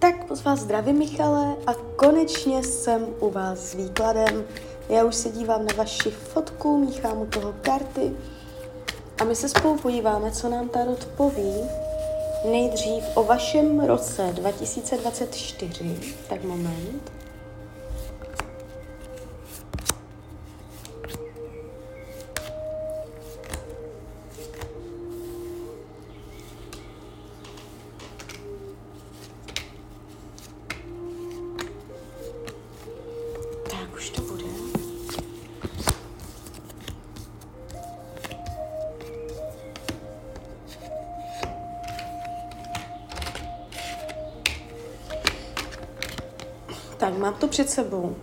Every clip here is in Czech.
Tak moc vás zdravím, Michale, a konečně jsem u vás s výkladem. Já už se dívám na vaši fotku, míchám u toho karty a my se spolu podíváme, co nám tarot poví. Nejdřív o vašem roce 2024, tak moment. Tak už to bude. Tak, mám to před sebou.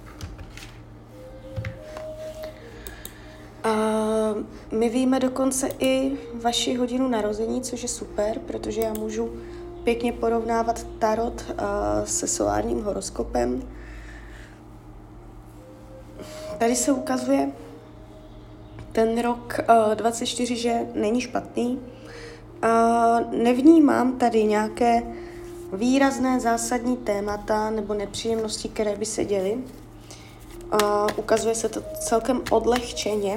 My víme dokonce i vaši hodinu narození, což je super, protože já můžu pěkně porovnávat tarot se solárním horoskopem. Tady se ukazuje ten rok 24, že není špatný. Nevnímám tady nějaké výrazné zásadní témata nebo nepříjemnosti, které by se děly. Ukazuje se to celkem odlehčeně.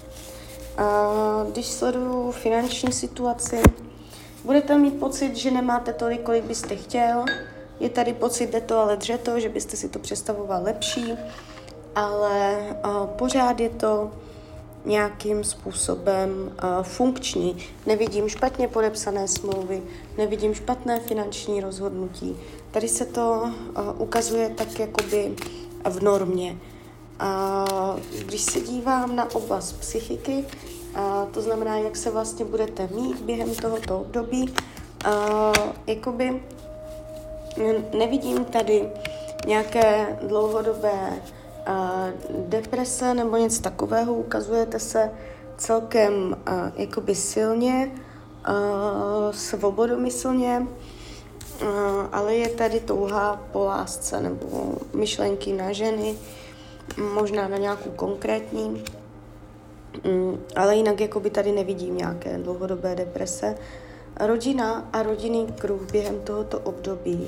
Když sleduju finanční situaci, budete mít pocit, že nemáte tolik, kolik byste chtěl. Je tady pocit, jde to ale dřeto, že byste si to představoval lepší, ale pořád je to nějakým způsobem funkční. Nevidím špatně podepsané smlouvy, nevidím špatné finanční rozhodnutí. Tady se to ukazuje tak jakoby v normě. Když se dívám na oblast psychiky, to znamená, jak se vlastně budete mít během tohoto období, jakoby nevidím tady nějaké dlouhodobé deprese nebo něco takového, ukazujete se celkem jakoby silně, svobodomyslně, ale je tady touha po lásce nebo myšlenky na ženy, možná na nějakou konkrétní, ale jinak jakoby tady nevidím nějaké dlouhodobé deprese. Rodina a rodinný kruh během tohoto období.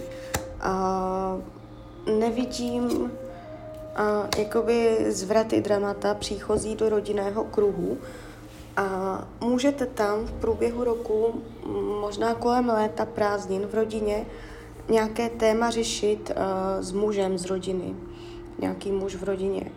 Nevidím jakoby zvraty dramata příchozí do rodinného kruhu. Můžete tam v průběhu roku, možná kolem léta prázdnin v rodině, nějaké téma řešit s mužem z rodiny. Nějaký muž v rodině.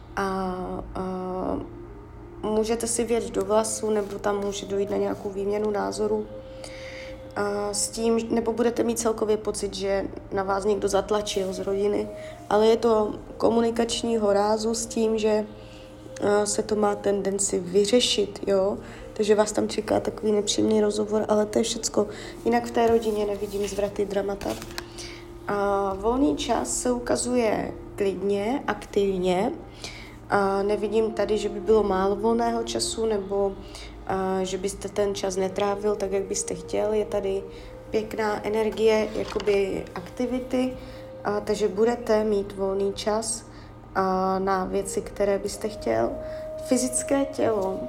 Můžete si vjet do vlasu, nebo tam může dojít na nějakou výměnu názoru. S tím, nebo budete mít celkově pocit, že na vás někdo zatlačil z rodiny, ale je to komunikačního rázu s tím, že se to má tendenci vyřešit, jo? Takže vás tam čeká takový nepříjemný rozhovor, ale to je všecko. Jinak v té rodině nevidím zvraty dramata. Volný čas se ukazuje klidně, aktivně. Nevidím tady, že by bylo málo volného času, nebo že byste ten čas netrávil tak, jak byste chtěl. Je tady pěkná energie, jakoby aktivity, takže budete mít volný čas na věci, které byste chtěl. Fyzické tělo.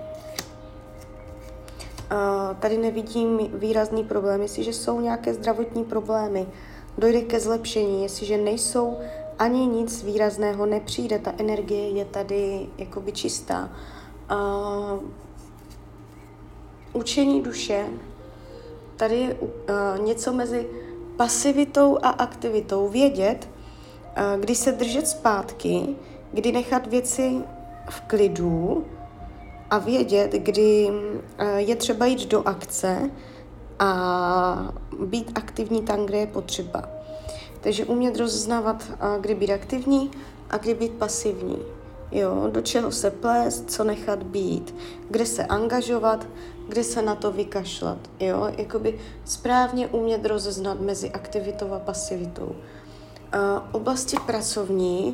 Tady nevidím výrazný problém. Jestliže jsou nějaké zdravotní problémy, dojde ke zlepšení. Jestliže nejsou, ani nic výrazného nepřijde. Ta energie je tady jakoby čistá. Učení duše. Tady je něco mezi pasivitou a aktivitou. Vědět, kdy se držet zpátky, kdy nechat věci v klidu a vědět, kdy je třeba jít do akce a být aktivní tam, kde je potřeba. Takže umět rozeznávat, kdy být aktivní a kdy být pasivní. Jo, do čeho se plést, co nechat být, kde se angažovat, kde se na to vykašlat. Jo, jakoby správně umět rozeznat mezi aktivitou a pasivitou. Oblasti pracovní.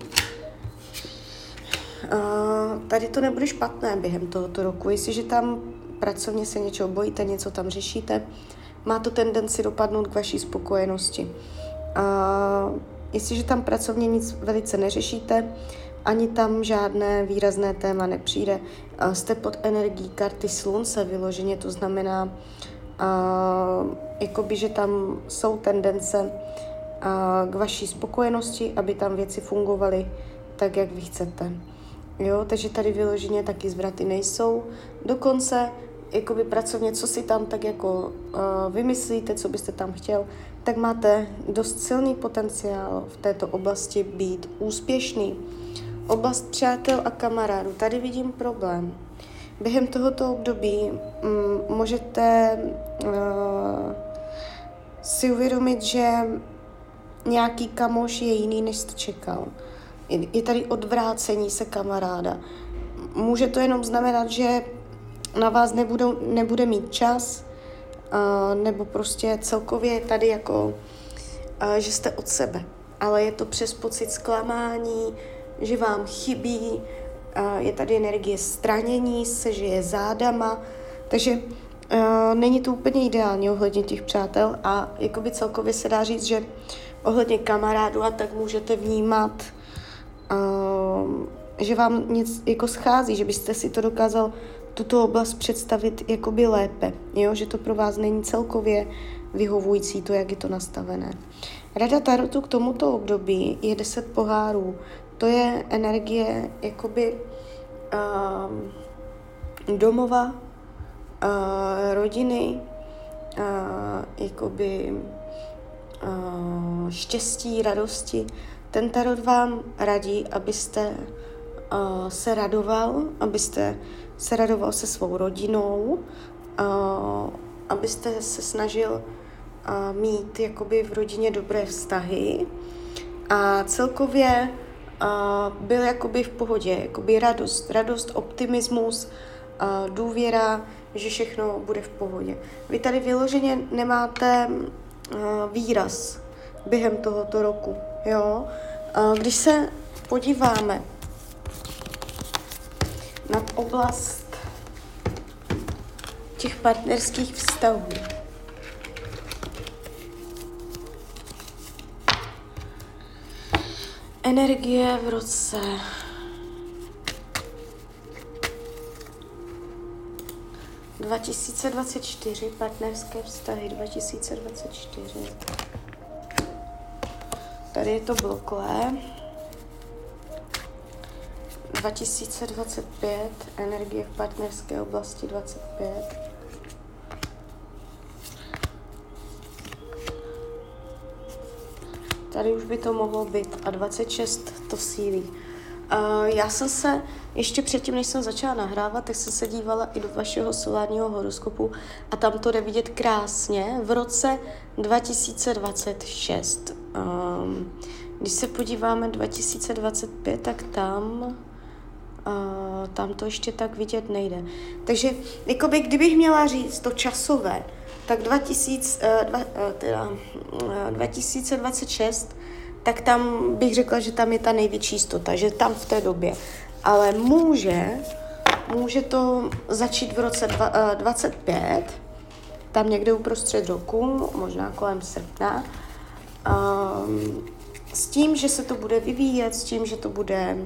Tady to nebude špatné během tohoto roku. Jestliže tam pracovně se něčeho bojíte, něco tam řešíte, má to tendenci dopadnout k vaší spokojenosti. Jestliže tam pracovně nic velice neřešíte, ani tam žádné výrazné téma nepřijde. Jste pod energií karty slunce vyloženě, to znamená, jakoby, že tam jsou tendence k vaší spokojenosti, aby tam věci fungovaly tak, jak vy chcete. Jo, takže tady vyloženě taky zvraty nejsou. Dokonce jakoby pracovně, co si tam tak jako vymyslíte, co byste tam chtěl, tak máte dost silný potenciál v této oblasti být úspěšný. Oblast přátel a kamarádů. Tady vidím problém. Během tohoto období můžete si uvědomit, že nějaký kamoš je jiný, než jste čekal. Je tady odvrácení se kamaráda. Může to jenom znamenat, že na vás nebude mít čas, nebo prostě celkově tady jako, že jste od sebe. Ale je to přes pocit zklamání, že vám chybí, je tady energie stranění se, že je zádama, takže není to úplně ideální ohledně těch přátel a jakoby celkově se dá říct, že ohledně kamarádů a tak můžete vnímat, že vám něco jako schází, že byste si to dokázal tuto oblast představit jakoby lépe, jo? Že to pro vás není celkově vyhovující to, jak je to nastavené. Rada Tarotu k tomuto období je 10 pohárů. To je energie jakoby domova, rodiny, jakoby štěstí, radosti. Ten tarot vám radí, abyste se radoval se svou rodinou, abyste se snažil mít jakoby v rodině dobré vztahy a celkově byl jakoby v pohodě, jakoby radost, optimismus, důvěra, že všechno bude v pohodě. Vy tady vyloženě nemáte výraz během tohoto roku, jo? Když se podíváme na oblast těch partnerských vztahů, energie v roce 2024, partnerské vztahy 2024. Tady je to bloklé. 2025, energie v partnerské oblasti 25. Tady už by to mohlo být a 26 to sílí. Já jsem se, ještě předtím, než jsem začala nahrávat, tak jsem se dívala i do vašeho solárního horoskopu a tam to jde vidět krásně v roce 2026. Když se podíváme 2025, tak tam to ještě tak vidět nejde. Takže jakoby, kdybych měla říct to časové, tak 2026, tak tam bych řekla, že tam je ta největší jistota, že tam v té době. Ale může to začít v roce 25, tam někde uprostřed roku, možná kolem srpna, s tím, že se to bude vyvíjet, s tím, že to bude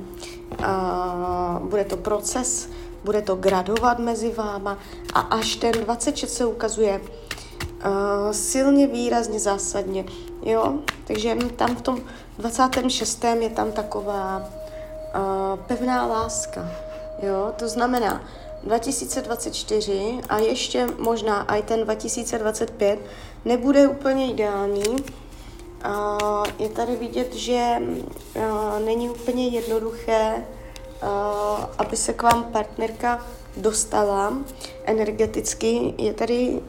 to proces, bude to gradovat mezi váma a až ten 26 se ukazuje silně, výrazně, zásadně, jo? Takže tam v tom 26. je tam taková pevná láska, jo? To znamená 2024 a ještě možná i ten 2025 nebude úplně ideální. Je tady vidět, že není úplně jednoduché, aby se k vám partnerka dostala energeticky. Je tady,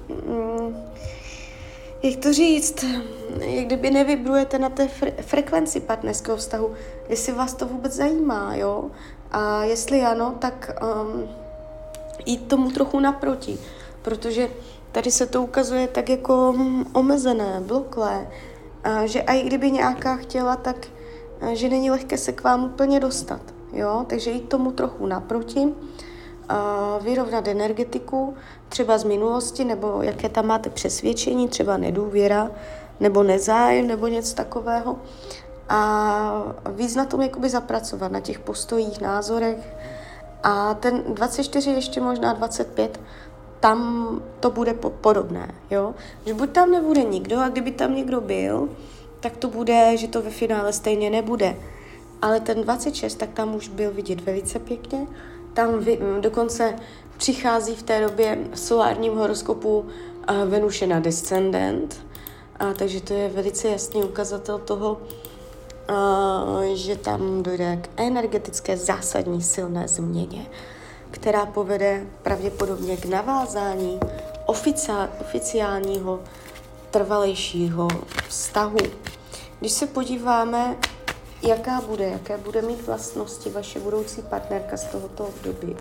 jak to říct, jak kdyby nevibrujete na té frekvenci partnerského vztahu, jestli vás to vůbec zajímá, jo? A jestli ano, tak jít tomu trochu naproti, protože tady se to ukazuje tak jako omezené, bloklé, že i kdyby nějaká chtěla, tak že není lehké se k vám úplně dostat, jo? Takže jít tomu trochu naproti, vyrovnat energetiku, třeba z minulosti, nebo jaké tam máte přesvědčení, třeba nedůvěra, nebo nezájem, nebo něco takového. A víc na tom jakoby zapracovat, na těch postojích, názorech. A ten 24, ještě možná 25, tam to bude podobné, jo? Že buď tam nebude nikdo, a kdyby tam někdo byl, tak to bude, že to ve finále stejně nebude. Ale ten 26, tak tam už byl vidět velice pěkně. Tam dokonce přichází v té době v solárním horoskopu Venuše na descendent, takže to je velice jasný ukazatel toho, že tam dojde k energetické zásadní silné změně, která povede pravděpodobně k navázání oficiálního trvalejšího vztahu. Když se podíváme, jaké bude mít vlastnosti vaše budoucí partnerka z tohoto období.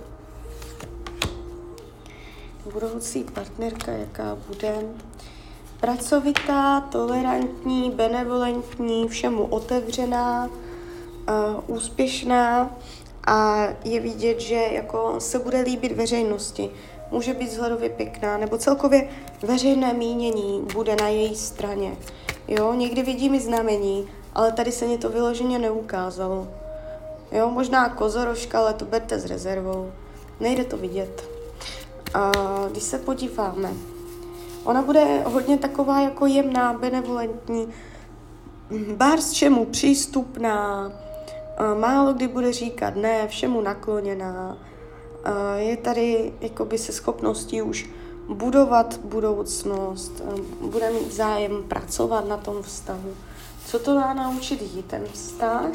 Budoucí partnerka, jaká bude pracovitá, tolerantní, benevolentní, všemu otevřená, úspěšná a je vidět, že jako se bude líbit veřejnosti. Může být vzhledově pěkná, nebo celkově veřejné mínění bude na její straně. Jo, někdy vidím i znamení, ale tady se mi to vyloženě neukázalo. Jo, možná kozorožka, ale to berte s rezervou. Nejde to vidět. A když se podíváme, ona bude hodně taková jako jemná, benevolentní, bárs čemu přístupná, málo kdy bude říkat ne, všemu nakloněná. Je tady jakoby se schopností už budovat budoucnost, bude mít zájem pracovat na tom vztahu. Co to má naučit jí ten vztah?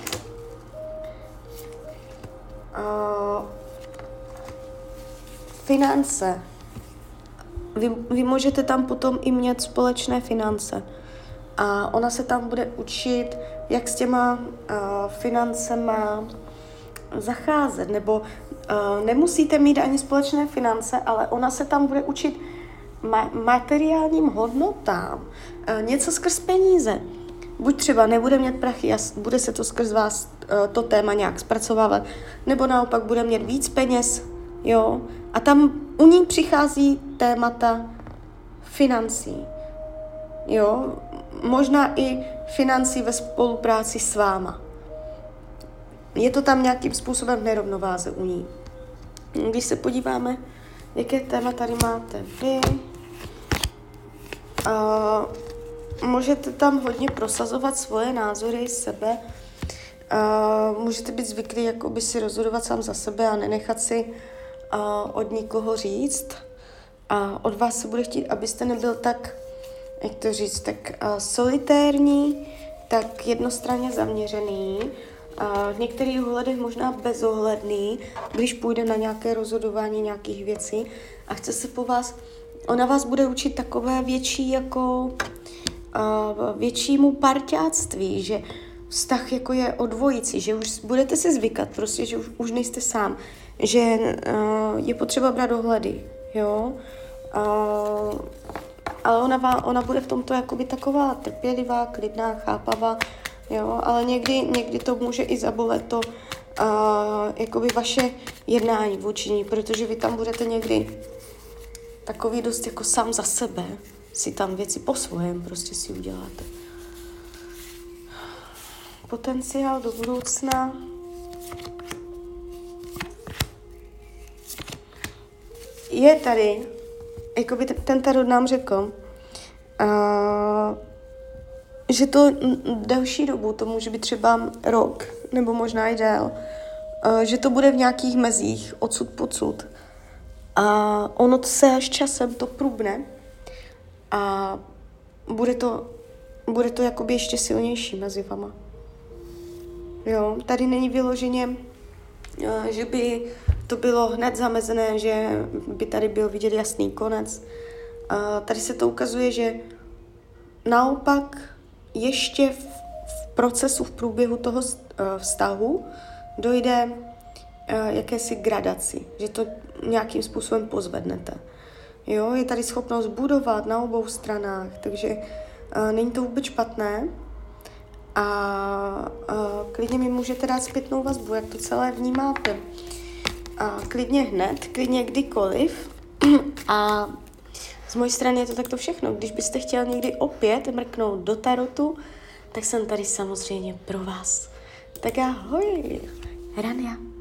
Finance. Vy můžete tam potom i mít společné finance. A ona se tam bude učit, jak s těma financema zacházet, nebo nemusíte mít ani společné finance, ale ona se tam bude učit materiálním hodnotám, něco skrz peníze. Buď třeba nebude mít prachy a bude se to skrz vás to téma nějak zpracovávat, nebo naopak bude mít víc peněz, jo. A tam u ní přichází témata financí, jo. Možná i financí ve spolupráci s váma. Je to tam nějakým způsobem v nerovnováze u ní. Když se podíváme, jaké téma tady máte vy, můžete tam hodně prosazovat svoje názory, sebe. Můžete být zvyklí jakoby si rozhodovat sám za sebe a nenechat si od nikoho říct. A od vás se bude chtít, abyste nebyl tak, jak to říct, tak solitérní, tak jednostranně zaměřený, v některých ohledech možná bezohledný, když půjde na nějaké rozhodování nějakých věcí a chce se po vás, ona vás bude učit takové větší jako většímu parťáctví, že vztah jako je o dvojici, že už budete si zvykat, prostě, že už nejste sám, že je potřeba brát ohledy, jo. Ale ona bude v tomto jakoby taková trpělivá, klidná, chápavá, jo, ale někdy to může i zabolet to jakoby vaše jednání vůči ní, protože vy tam budete někdy takový dost jako sám za sebe, si tam věci po svém prostě si uděláte. Potenciál do budoucna. Je tady, jakoby ten tarot nám řekl, že to delší dobu, to může být třeba rok, nebo možná i déle, že to bude v nějakých mezích, odsud pocud. A ono se až časem to průbne a bude to jakoby ještě silnější mezi vama. Jo, tady není vyloženě, že by to bylo hned zamezené, že by tady byl vidět jasný konec. Tady se to ukazuje, že naopak ještě v procesu, v průběhu toho vztahu dojde jakési gradaci, že to nějakým způsobem pozvednete. Jo, je tady schopnost budovat na obou stranách, takže není to vůbec špatné a klidně mi můžete dát zpětnou vazbu, jak to celé vnímáte. Klidně hned, klidně kdykoliv a z mojí strany je to takto všechno. Když byste chtěl někdy opět mrknout do tarotu, tak jsem tady samozřejmě pro vás. Tak ahoj, Rania.